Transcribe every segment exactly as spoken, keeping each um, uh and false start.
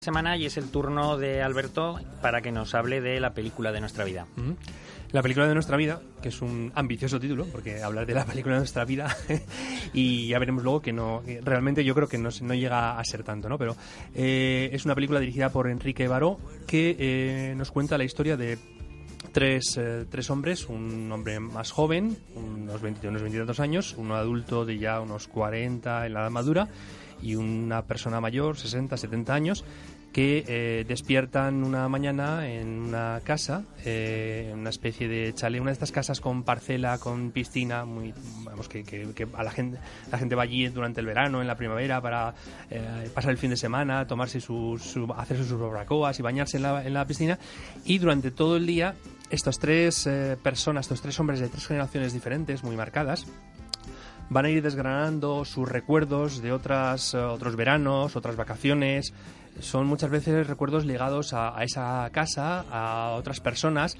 Semana y es el turno de Alberto para que nos hable de la película de nuestra vida. Uh-huh. La película de nuestra vida, que es un ambicioso título, porque hablar de la película de nuestra vida y ya veremos luego que no, realmente yo creo que no, no llega a ser tanto, ¿no? Pero eh, es una película dirigida por Enrique Baró que eh, nos cuenta la historia de tres, eh, tres hombres, un hombre más joven, unos veinte, unos veintitantos años, uno adulto de ya unos cuarenta en la edad madura y una persona mayor, sesenta, setenta años, que eh, despiertan una mañana en una casa, eh, en una especie de chalet, una de estas casas con parcela, con piscina, muy, vamos, que, que, que a la gente la gente va allí durante el verano, en la primavera, para eh, pasar el fin de semana, tomarse sus, su, hacerse sus barbacoas y bañarse en la, en la piscina, y durante todo el día estos tres eh, personas, estos tres hombres de tres generaciones diferentes, muy marcadas, van a ir desgranando sus recuerdos de otras, uh, otros veranos, otras vacaciones. Son muchas veces recuerdos ligados a, a esa casa, a otras personas,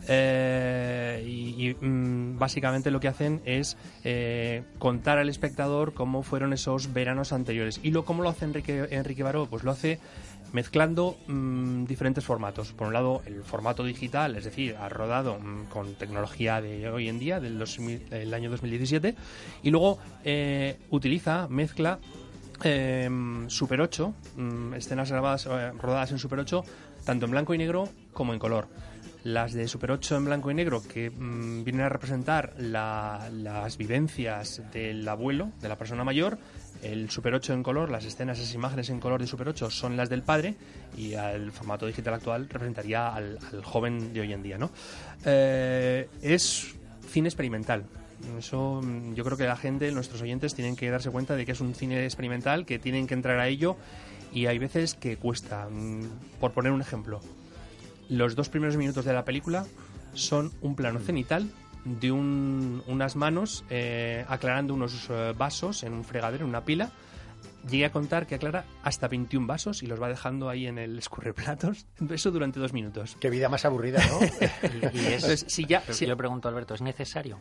eh, y, y mm, básicamente lo que hacen es eh, contar al espectador cómo fueron esos veranos anteriores. ¿Y lo, cómo lo hace Enrique, Enrique Baró? Pues lo hace mezclando mmm, diferentes formatos. Por un lado, el formato digital, es decir, ha rodado mmm, con tecnología de hoy en día, del, dos mil, del año dos mil diecisiete, y luego eh, utiliza, mezcla eh, Super ocho, mmm, escenas grabadas, eh, rodadas en Super ocho, tanto en blanco y negro como en color. Las de Super ocho en blanco y negro, que mmm, vienen a representar la, las vivencias del abuelo, de la persona mayor. El Super ocho en color, las escenas, esas imágenes en color de Super ocho son las del padre, y el formato digital actual representaría al, al joven de hoy en día, ¿no? Eh, es cine experimental. Eso yo creo que la gente, nuestros oyentes, tienen que darse cuenta de que es un cine experimental, que tienen que entrar a ello, y hay veces que cuesta. Por poner un ejemplo, los dos primeros minutos de la película son un plano cenital de un, unas manos eh, aclarando unos eh, vasos en un fregadero, en una pila. Llegué a contar que aclara hasta veintiún vasos y los va dejando ahí en el escurreplatos. Eso durante dos minutos. Qué vida más aburrida, ¿no? y, y es, Entonces, si ya, pero si, yo pregunto, Alberto, ¿es necesario?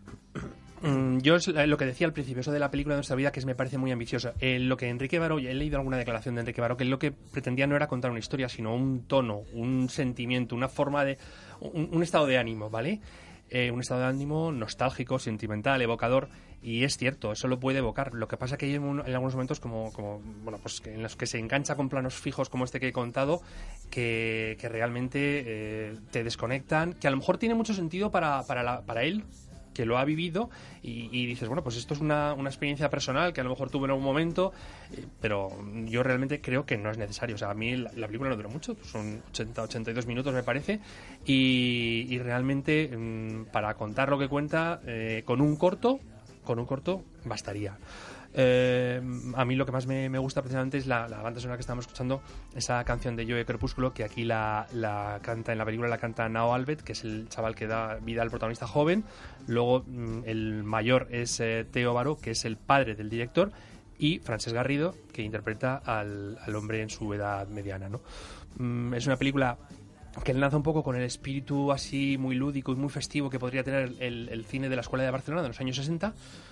Yo es lo que decía al principio, eso de la película de nuestra vida, que me parece muy ambicioso. Eh, lo que Enrique Baró, he leído alguna declaración de Enrique Baró, que lo que pretendía no era contar una historia, sino un tono, un sentimiento, una forma de... un, un estado de ánimo, ¿vale? Eh, un estado de ánimo nostálgico, sentimental, evocador, y es cierto, eso lo puede evocar. Lo que pasa que hay en, un, en algunos momentos como, como bueno, pues que en los que se engancha con planos fijos como este que he contado, que, que realmente eh, te desconectan, que a lo mejor tiene mucho sentido para, para, la, para él, que lo ha vivido, y, y dices, bueno, pues esto es una, una experiencia personal que a lo mejor tuve en algún momento, eh, pero yo realmente creo que no es necesario. O sea, a mí la, la película no dura mucho, son ochenta, ochenta y dos minutos me parece, y, y realmente mmm, para contar lo que cuenta, eh, con un corto, con un corto bastaría. Eh, a mí lo que más me, me gusta precisamente es la, la banda sonora que estamos escuchando, esa canción de Joe Crepúsculo, que aquí la, la canta en la película, la canta Nao Albet, que es el chaval que da vida al protagonista joven. Luego mm, el mayor es eh, Theo Baró, que es el padre del director, y Francesc Garrido, que interpreta al, al hombre en su edad mediana, ¿no? Mm, es una película que enlaza un poco con el espíritu así muy lúdico y muy festivo que podría tener el, el cine de la Escuela de Barcelona de los años sesenta,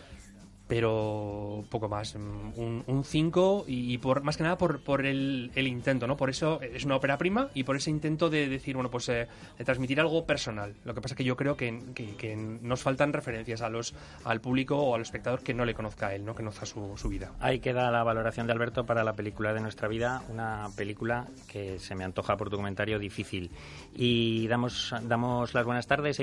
pero poco más, un cinco, y, y por más que nada por, por el, el intento, ¿no? Por eso es una ópera prima, y por ese intento de decir, bueno, pues eh, de transmitir algo personal. Lo que pasa es que yo creo que, que, que nos faltan referencias a los al público o al espectador que no le conozca a él, ¿no? Que conozca su, su vida. Ahí queda la valoración de Alberto para la película de nuestra vida, una película que se me antoja por tu comentario difícil. Y damos, damos las buenas tardes.